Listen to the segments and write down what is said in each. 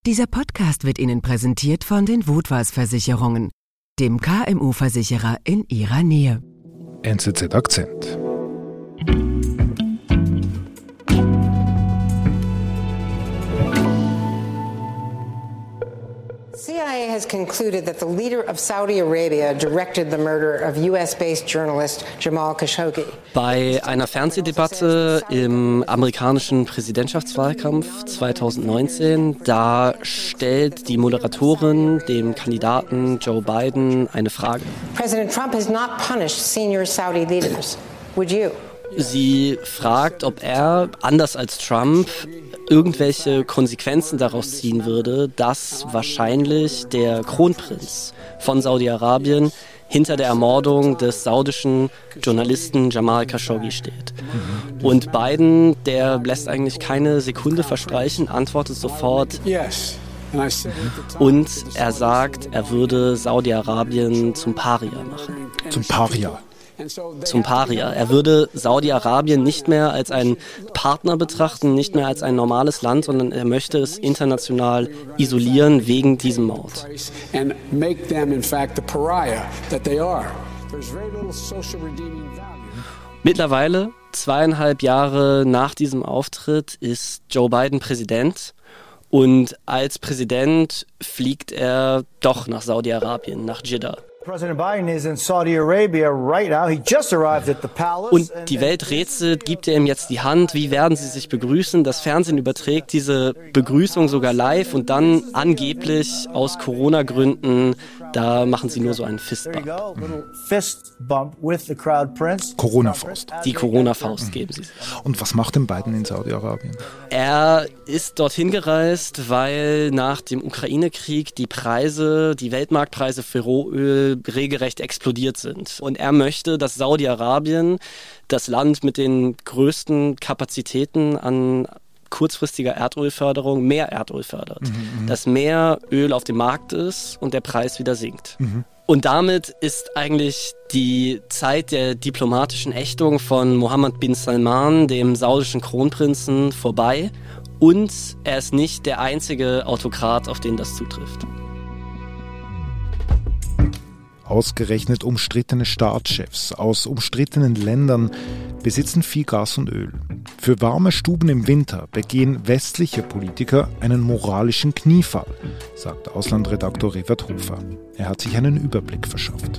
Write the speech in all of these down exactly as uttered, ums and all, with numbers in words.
Dieser Podcast wird Ihnen präsentiert von den Vodafone-Versicherungen, dem K M U-Versicherer in Ihrer Nähe. N Z Z Akzent. C I A has concluded that the leader of Saudi Arabia directed the murder of U S-based journalist Jamal Khashoggi. Bei einer Fernsehdebatte im amerikanischen Präsidentschaftswahlkampf zwanzig neunzehn, da stellt die Moderatorin dem Kandidaten Joe Biden eine Frage. President Trump has not punished senior Saudi leaders. Would you? Sie fragt, ob er, anders als Trump, irgendwelche Konsequenzen daraus ziehen würde, dass wahrscheinlich der Kronprinz von Saudi-Arabien hinter der Ermordung des saudischen Journalisten Jamal Khashoggi steht. Und Biden, der lässt eigentlich keine Sekunde verstreichen, antwortet sofort und er sagt, er würde Saudi-Arabien zum Paria machen. Zum Paria. Zum Paria. Er würde Saudi-Arabien nicht mehr als einen Partner betrachten, nicht mehr als ein normales Land, sondern er möchte es international isolieren wegen diesem Mord. Mittlerweile, zweieinhalb Jahre nach diesem Auftritt, ist Joe Biden Präsident. Und als Präsident fliegt er doch nach Saudi-Arabien, nach Jeddah. President Biden is in Saudi Arabia right now. He just arrived at the palace. Und die Welt rätselt, gibt er ihm jetzt die Hand, wie werden sie sich begrüßen? Das Fernsehen überträgt diese Begrüßung sogar live und dann angeblich aus Corona-Gründen, da machen sie nur so einen Fistbump. Corona-Faust. Die Corona-Faust geben sie sich. Und was macht denn Biden in Saudi-Arabien? Er ist dorthin gereist, weil nach dem Ukraine-Krieg die Preise, die Weltmarktpreise für Rohöl regelrecht explodiert sind. Und er möchte, dass Saudi-Arabien, das Land mit den größten Kapazitäten an kurzfristiger Erdölförderung, mehr Erdöl fördert. Mhm, dass mehr Öl auf dem Markt ist und der Preis wieder sinkt. Mhm. Und damit ist eigentlich die Zeit der diplomatischen Ächtung von Mohammed bin Salman, dem saudischen Kronprinzen, vorbei. Und er ist nicht der einzige Autokrat, auf den das zutrifft. Ausgerechnet umstrittene Staatschefs aus umstrittenen Ländern besitzen viel Gas und Öl. Für warme Stuben im Winter begehen westliche Politiker einen moralischen Kniefall, sagt Auslandredaktor Revert Hofer. Er hat sich einen Überblick verschafft.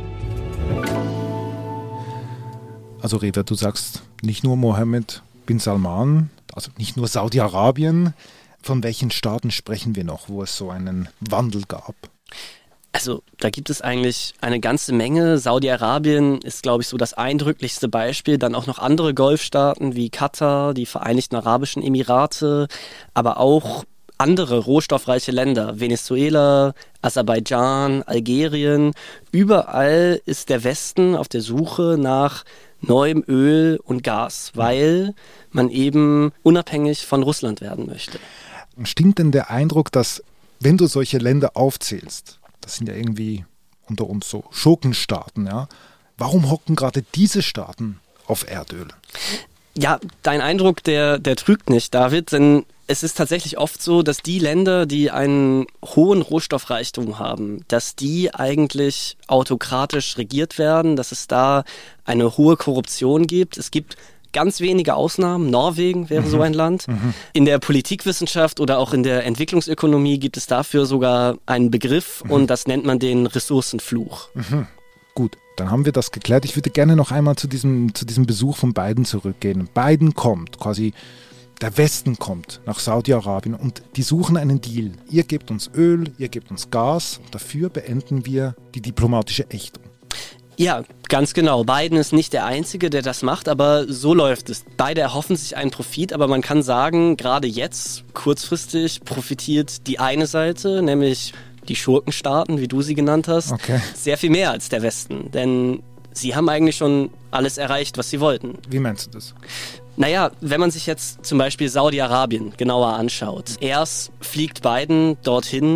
Also Revert, du sagst nicht nur Mohammed bin Salman, also nicht nur Saudi-Arabien. Von welchen Staaten sprechen wir noch, wo es so einen Wandel gab? Also da gibt es eigentlich eine ganze Menge. Saudi-Arabien ist, glaube ich, so das eindrücklichste Beispiel. Dann auch noch andere Golfstaaten wie Katar, die Vereinigten Arabischen Emirate, aber auch andere rohstoffreiche Länder, Venezuela, Aserbaidschan, Algerien. Überall ist der Westen auf der Suche nach neuem Öl und Gas, weil man eben unabhängig von Russland werden möchte. Stimmt denn der Eindruck, dass, wenn du solche Länder aufzählst, das sind ja irgendwie unter uns so Schurkenstaaten, ja. Warum hocken gerade diese Staaten auf Erdöl? Ja, dein Eindruck, der, der trügt nicht, David, denn es ist tatsächlich oft so, dass die Länder, die einen hohen Rohstoffreichtum haben, dass die eigentlich autokratisch regiert werden, dass es da eine hohe Korruption gibt. Es gibt ganz wenige Ausnahmen. Norwegen wäre mhm. so ein Land. Mhm. In der Politikwissenschaft oder auch in der Entwicklungsökonomie gibt es dafür sogar einen Begriff mhm. und das nennt man den Ressourcenfluch. Mhm. Gut, dann haben wir das geklärt. Ich würde gerne noch einmal zu diesem, zu diesem Besuch von Biden zurückgehen. Biden kommt, quasi der Westen kommt nach Saudi-Arabien und die suchen einen Deal. Ihr gebt uns Öl, ihr gebt uns Gas und dafür beenden wir die diplomatische Ächtung. Ja, ganz genau. Biden ist nicht der Einzige, der das macht, aber so läuft es. Beide erhoffen sich einen Profit, aber man kann sagen, gerade jetzt, kurzfristig, profitiert die eine Seite, nämlich die Schurkenstaaten, wie du sie genannt hast, okay. sehr viel mehr als der Westen. Denn sie haben eigentlich schon alles erreicht, was sie wollten. Wie meinst du das? Naja, wenn man sich jetzt zum Beispiel Saudi-Arabien genauer anschaut. Erst fliegt Biden dorthin,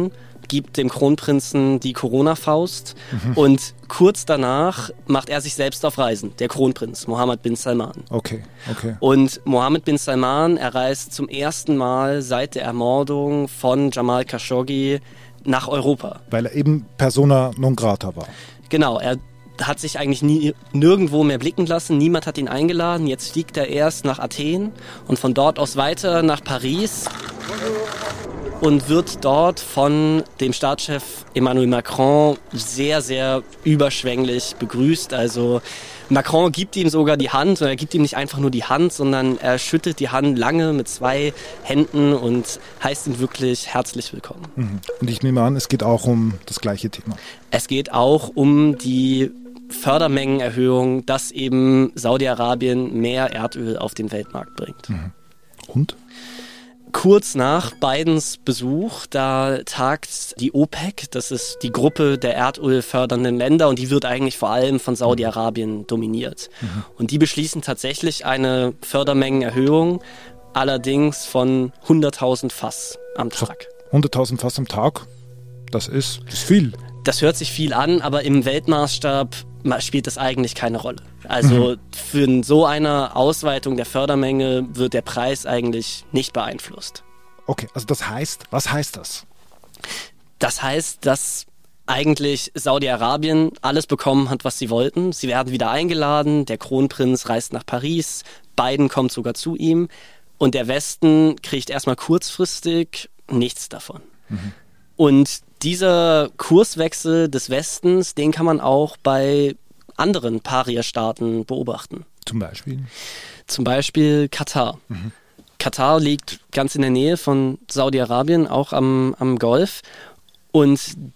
gibt dem Kronprinzen die Corona-Faust mhm. und kurz danach macht er sich selbst auf Reisen, der Kronprinz, Mohammed bin Salman. Okay, okay. Und Mohammed bin Salman, er reist zum ersten Mal seit der Ermordung von Jamal Khashoggi nach Europa. Weil er eben persona non grata war. Genau, er hat sich eigentlich nie, nirgendwo mehr blicken lassen, niemand hat ihn eingeladen, jetzt fliegt er erst nach Athen und von dort aus weiter nach Paris und wird dort von dem Staatschef Emmanuel Macron sehr, sehr überschwänglich begrüßt. Also Macron gibt ihm sogar die Hand und er gibt ihm nicht einfach nur die Hand, sondern er schüttelt die Hand lange mit zwei Händen und heißt ihn wirklich herzlich willkommen. Mhm. Und ich nehme an, es geht auch um das gleiche Thema. Es geht auch um die Fördermengenerhöhung, dass eben Saudi-Arabien mehr Erdöl auf den Weltmarkt bringt. Mhm. Und? Kurz nach Bidens Besuch, da tagt die OPEC, das ist die Gruppe der erdölfördernden Länder und die wird eigentlich vor allem von Saudi-Arabien dominiert. Mhm. Und die beschließen tatsächlich eine Fördermengenerhöhung, allerdings von hunderttausend Fass am Tag. hunderttausend Fass am Tag, das ist, das ist viel. Das hört sich viel an, aber im Weltmaßstab spielt das eigentlich keine Rolle. Also mhm. für so eine Ausweitung der Fördermenge wird der Preis eigentlich nicht beeinflusst. Okay, also das heißt, was heißt das? Das heißt, dass eigentlich Saudi-Arabien alles bekommen hat, was sie wollten. Sie werden wieder eingeladen, der Kronprinz reist nach Paris, Biden kommt sogar zu ihm und der Westen kriegt erstmal kurzfristig nichts davon. Mhm. Und dieser Kurswechsel des Westens, den kann man auch bei anderen Paria-Staaten beobachten. Zum Beispiel? Zum Beispiel Katar. Mhm. Katar liegt ganz in der Nähe von Saudi-Arabien, auch am, am Golf. Und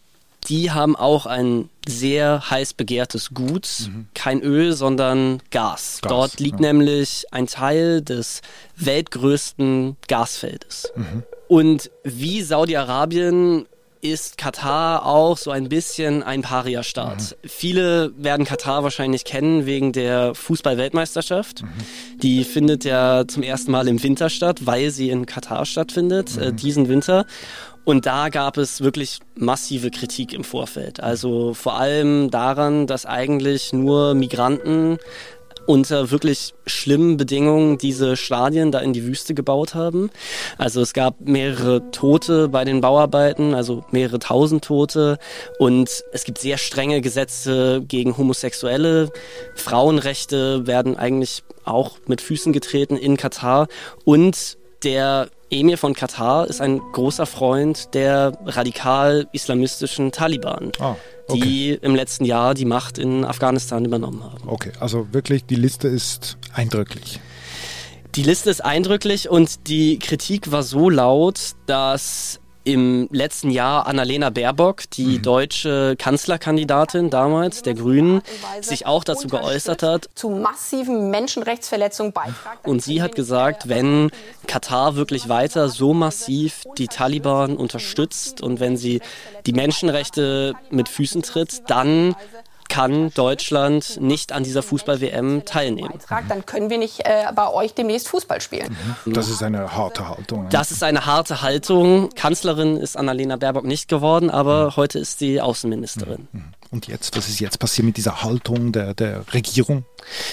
die haben auch ein sehr heiß begehrtes Gut. Mhm. Kein Öl, sondern Gas. Gas Dort liegt ja. nämlich ein Teil des weltgrößten Gasfeldes. Mhm. Und wie Saudi-Arabien ist Katar auch so ein bisschen ein Paria-Staat. Mhm. Viele werden Katar wahrscheinlich kennen wegen der Fußball-Weltmeisterschaft. Mhm. Die findet ja zum ersten Mal im Winter statt, weil sie in Katar stattfindet, mhm. äh, diesen Winter. Und da gab es wirklich massive Kritik im Vorfeld. Also vor allem daran, dass eigentlich nur Migranten unter wirklich schlimmen Bedingungen diese Stadien da in die Wüste gebaut haben. Also es gab mehrere Tote bei den Bauarbeiten, also mehrere tausend Tote. Und es gibt sehr strenge Gesetze gegen Homosexuelle. Frauenrechte werden eigentlich auch mit Füßen getreten in Katar. Und der Emir von Katar ist ein großer Freund der radikal-islamistischen Taliban, ah, okay. die im letzten Jahr die Macht in Afghanistan übernommen haben. Okay, also wirklich, die Liste ist eindrücklich. Die Liste ist eindrücklich und die Kritik war so laut, dass im letzten Jahr Annalena Baerbock, die mhm. deutsche Kanzlerkandidatin damals, der Grünen, sich auch dazu geäußert hat. Zu massiven Menschenrechtsverletzungen beitragt. Und sie hat gesagt, wenn Katar wirklich weiter so massiv die Taliban unterstützt und wenn sie die Menschenrechte mit Füßen tritt, dann kann Deutschland nicht an dieser Fußball-W M teilnehmen. Dann können wir nicht äh, bei euch demnächst Fußball spielen. Das ist eine harte Haltung. Das ist eine harte Haltung. Kanzlerin ist Annalena Baerbock nicht geworden, aber mhm. heute ist sie Außenministerin. Und jetzt, was ist jetzt passiert mit dieser Haltung der, der Regierung?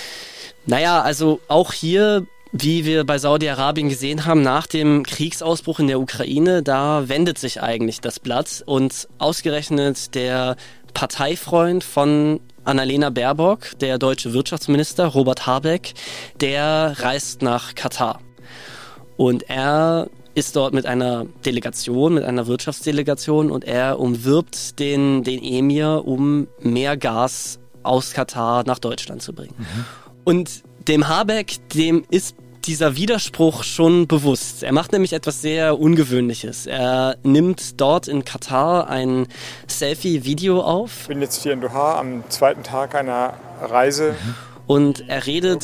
Naja, also auch hier, wie wir bei Saudi-Arabien gesehen haben, nach dem Kriegsausbruch in der Ukraine, da wendet sich eigentlich das Blatt und ausgerechnet der Parteifreund von Annalena Baerbock, der deutsche Wirtschaftsminister Robert Habeck, der reist nach Katar. Und er ist dort mit einer Delegation, mit einer Wirtschaftsdelegation und er umwirbt den, den Emir, um mehr Gas aus Katar nach Deutschland zu bringen. Mhm. Und dem Habeck, dem ist dieser Widerspruch schon bewusst. Er macht nämlich etwas sehr Ungewöhnliches. Er nimmt dort in Katar ein Selfie-Video auf. Ich bin jetzt hier in Doha am zweiten Tag einer Reise. Und er redet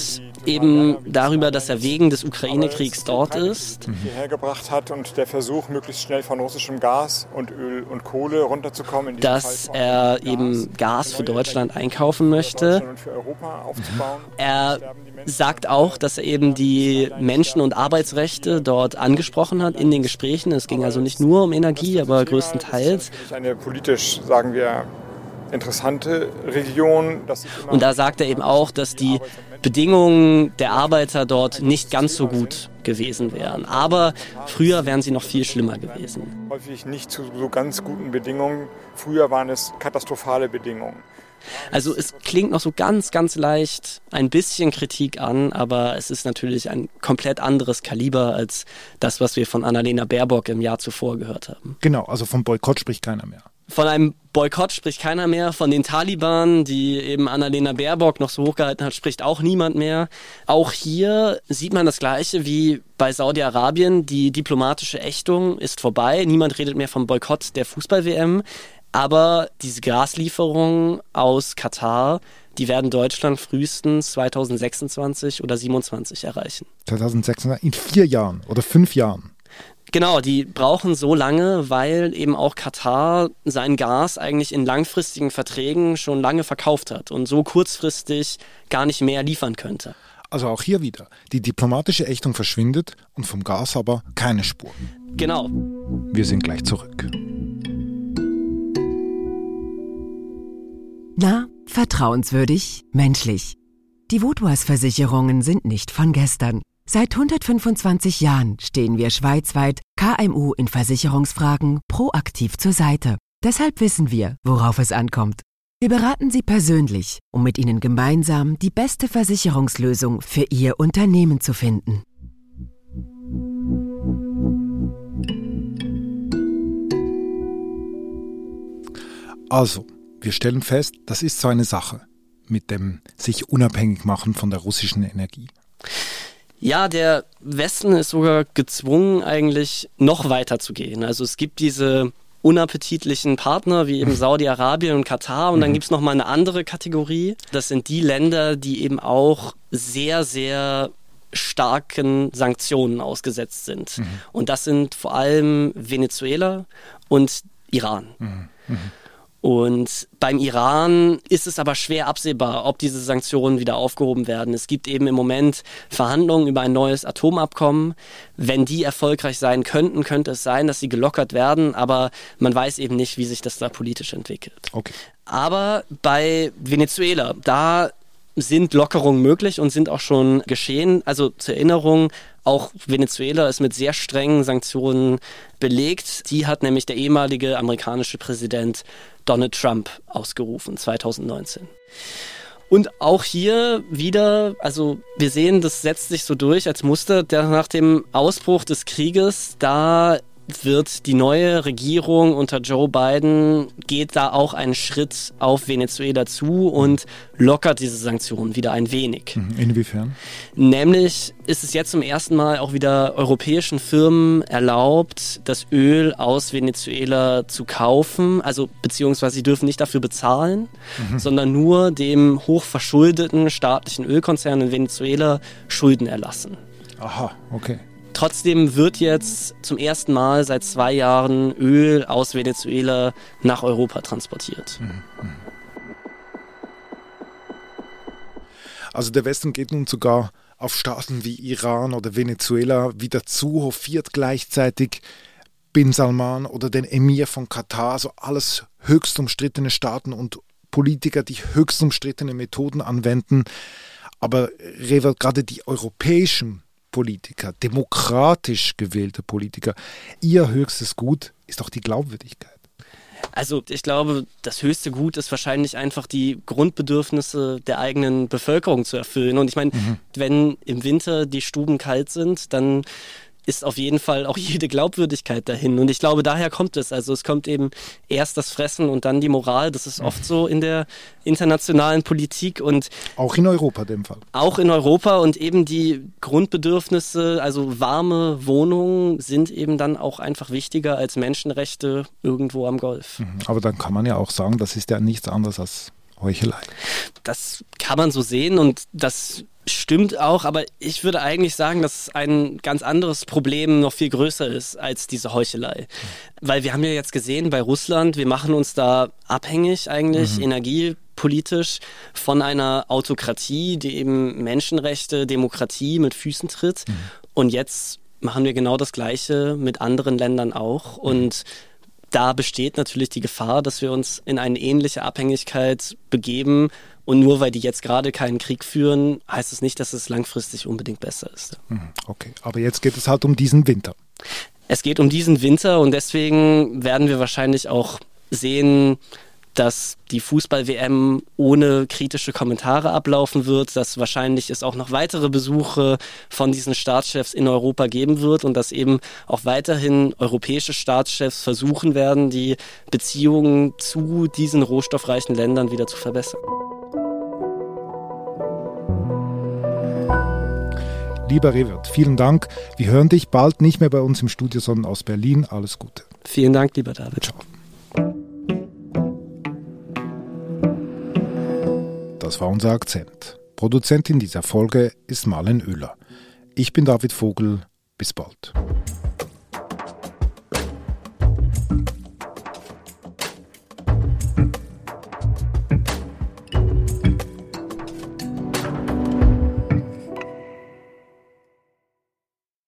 eben darüber, dass er wegen des Ukraine-Kriegs dort ist. Hierher gebracht hat und der Versuch, möglichst schnell von russischem Gas und Öl und Kohle runterzukommen. In dass Fall er eben Gas für Deutschland einkaufen möchte. Und für Europa aufzubauen. Er sagt auch, dass er eben die Menschen- und Arbeitsrechte dort angesprochen hat in den Gesprächen. Es ging also nicht nur um Energie, aber größtenteils. Eine politisch, sagen wir, interessante Region. Und da sagt er eben auch, dass die Bedingungen der Arbeiter dort nicht ganz so gut gewesen wären. Aber früher wären sie noch viel schlimmer gewesen. Häufig nicht zu so ganz guten Bedingungen. Früher waren es katastrophale Bedingungen. Also es klingt noch so ganz, ganz leicht ein bisschen Kritik an, aber es ist natürlich ein komplett anderes Kaliber als das, was wir von Annalena Baerbock im Jahr zuvor gehört haben. Genau, also vom Boykott spricht keiner mehr. Von einem Boykott spricht keiner mehr. Von den Taliban, die eben Annalena Baerbock noch so hochgehalten hat, spricht auch niemand mehr. Auch hier sieht man das Gleiche wie bei Saudi-Arabien. Die diplomatische Ächtung ist vorbei. Niemand redet mehr vom Boykott der Fußball-W M. Aber diese Gaslieferungen aus Katar, die werden Deutschland frühestens zwanzig sechsundzwanzig oder siebenundzwanzig erreichen. zwanzig sechsundzwanzig, in vier Jahren oder fünf Jahren. Genau, die brauchen so lange, weil eben auch Katar sein Gas eigentlich in langfristigen Verträgen schon lange verkauft hat und so kurzfristig gar nicht mehr liefern könnte. Also auch hier wieder, die diplomatische Ächtung verschwindet und vom Gas aber keine Spur. Genau. Wir sind gleich zurück. Na, vertrauenswürdig, menschlich. Die Vodouas-Versicherungen sind nicht von gestern. Seit hundertfünfundzwanzig Jahren stehen wir schweizweit K M U in Versicherungsfragen proaktiv zur Seite. Deshalb wissen wir, worauf es ankommt. Wir beraten Sie persönlich, um mit Ihnen gemeinsam die beste Versicherungslösung für Ihr Unternehmen zu finden. Also, wir stellen fest, das ist so eine Sache mit dem sich unabhängig machen von der russischen Energie. Ja, der Westen ist sogar gezwungen, eigentlich noch weiter zu gehen. Also es gibt diese unappetitlichen Partner wie eben Saudi-Arabien und Katar und dann gibt es nochmal eine andere Kategorie. Das sind die Länder, die eben auch sehr, sehr starken Sanktionen ausgesetzt sind. Mhm. Und das sind vor allem Venezuela und Iran. Mhm. Mhm. Und beim Iran ist es aber schwer absehbar, ob diese Sanktionen wieder aufgehoben werden. Es gibt eben im Moment Verhandlungen über ein neues Atomabkommen. Wenn die erfolgreich sein könnten, könnte es sein, dass sie gelockert werden, aber man weiß eben nicht, wie sich das da politisch entwickelt. Okay. Aber bei Venezuela, da sind Lockerungen möglich und sind auch schon geschehen. Also zur Erinnerung, auch Venezuela ist mit sehr strengen Sanktionen belegt. Die hat nämlich der ehemalige amerikanische Präsident Donald Trump ausgerufen, zwanzig neunzehn. Und auch hier wieder, also wir sehen, das setzt sich so durch als Muster, der nach dem Ausbruch des Krieges, da wird die neue Regierung unter Joe Biden, geht da auch einen Schritt auf Venezuela zu und lockert diese Sanktionen wieder ein wenig. Inwiefern? Nämlich ist es jetzt zum ersten Mal auch wieder europäischen Firmen erlaubt, das Öl aus Venezuela zu kaufen, also beziehungsweise sie dürfen nicht dafür bezahlen, mhm. sondern nur dem hochverschuldeten staatlichen Ölkonzern in Venezuela Schulden erlassen. Aha, okay. Trotzdem wird jetzt zum ersten Mal seit zwei Jahren Öl aus Venezuela nach Europa transportiert. Also der Westen geht nun sogar auf Staaten wie Iran oder Venezuela wieder zu, hofiert gleichzeitig Bin Salman oder den Emir von Katar, also alles höchst umstrittene Staaten und Politiker, die höchst umstrittene Methoden anwenden. Aber Rewe, gerade die europäischen Politiker, demokratisch gewählte Politiker, ihr höchstes Gut ist doch die Glaubwürdigkeit. Also ich glaube, das höchste Gut ist wahrscheinlich einfach die Grundbedürfnisse der eigenen Bevölkerung zu erfüllen. Und ich meine, mhm. wenn im Winter die Stuben kalt sind, dann ist auf jeden Fall auch jede Glaubwürdigkeit dahin. Und ich glaube, daher kommt es. Also es kommt eben erst das Fressen und dann die Moral. Das ist oft so in der internationalen Politik. Und auch in Europa in dem Fall. Auch in Europa und eben die Grundbedürfnisse, also warme Wohnungen sind eben dann auch einfach wichtiger als Menschenrechte irgendwo am Golf. Aber dann kann man ja auch sagen, das ist ja nichts anderes als Heuchelei. Das kann man so sehen und das stimmt auch, aber ich würde eigentlich sagen, dass ein ganz anderes Problem noch viel größer ist als diese Heuchelei. Weil wir haben ja jetzt gesehen bei Russland, wir machen uns da abhängig eigentlich, mhm. energiepolitisch von einer Autokratie, die eben Menschenrechte, Demokratie mit Füßen tritt. Mhm. Und jetzt machen wir genau das Gleiche mit anderen Ländern auch. Und da besteht natürlich die Gefahr, dass wir uns in eine ähnliche Abhängigkeit begeben. Und nur weil die jetzt gerade keinen Krieg führen, heißt es nicht, dass es langfristig unbedingt besser ist. Okay, aber jetzt geht es halt um diesen Winter. Es geht um diesen Winter und deswegen werden wir wahrscheinlich auch sehen, dass die Fußball-W M ohne kritische Kommentare ablaufen wird, dass wahrscheinlich es auch noch weitere Besuche von diesen Staatschefs in Europa geben wird und dass eben auch weiterhin europäische Staatschefs versuchen werden, die Beziehungen zu diesen rohstoffreichen Ländern wieder zu verbessern. Lieber Revert, vielen Dank. Wir hören dich bald nicht mehr bei uns im Studio, sondern aus Berlin. Alles Gute. Vielen Dank, lieber David. Ciao. Das war unser Akzent. Produzentin dieser Folge ist Marlen Oehler. Ich bin David Vogel. Bis bald.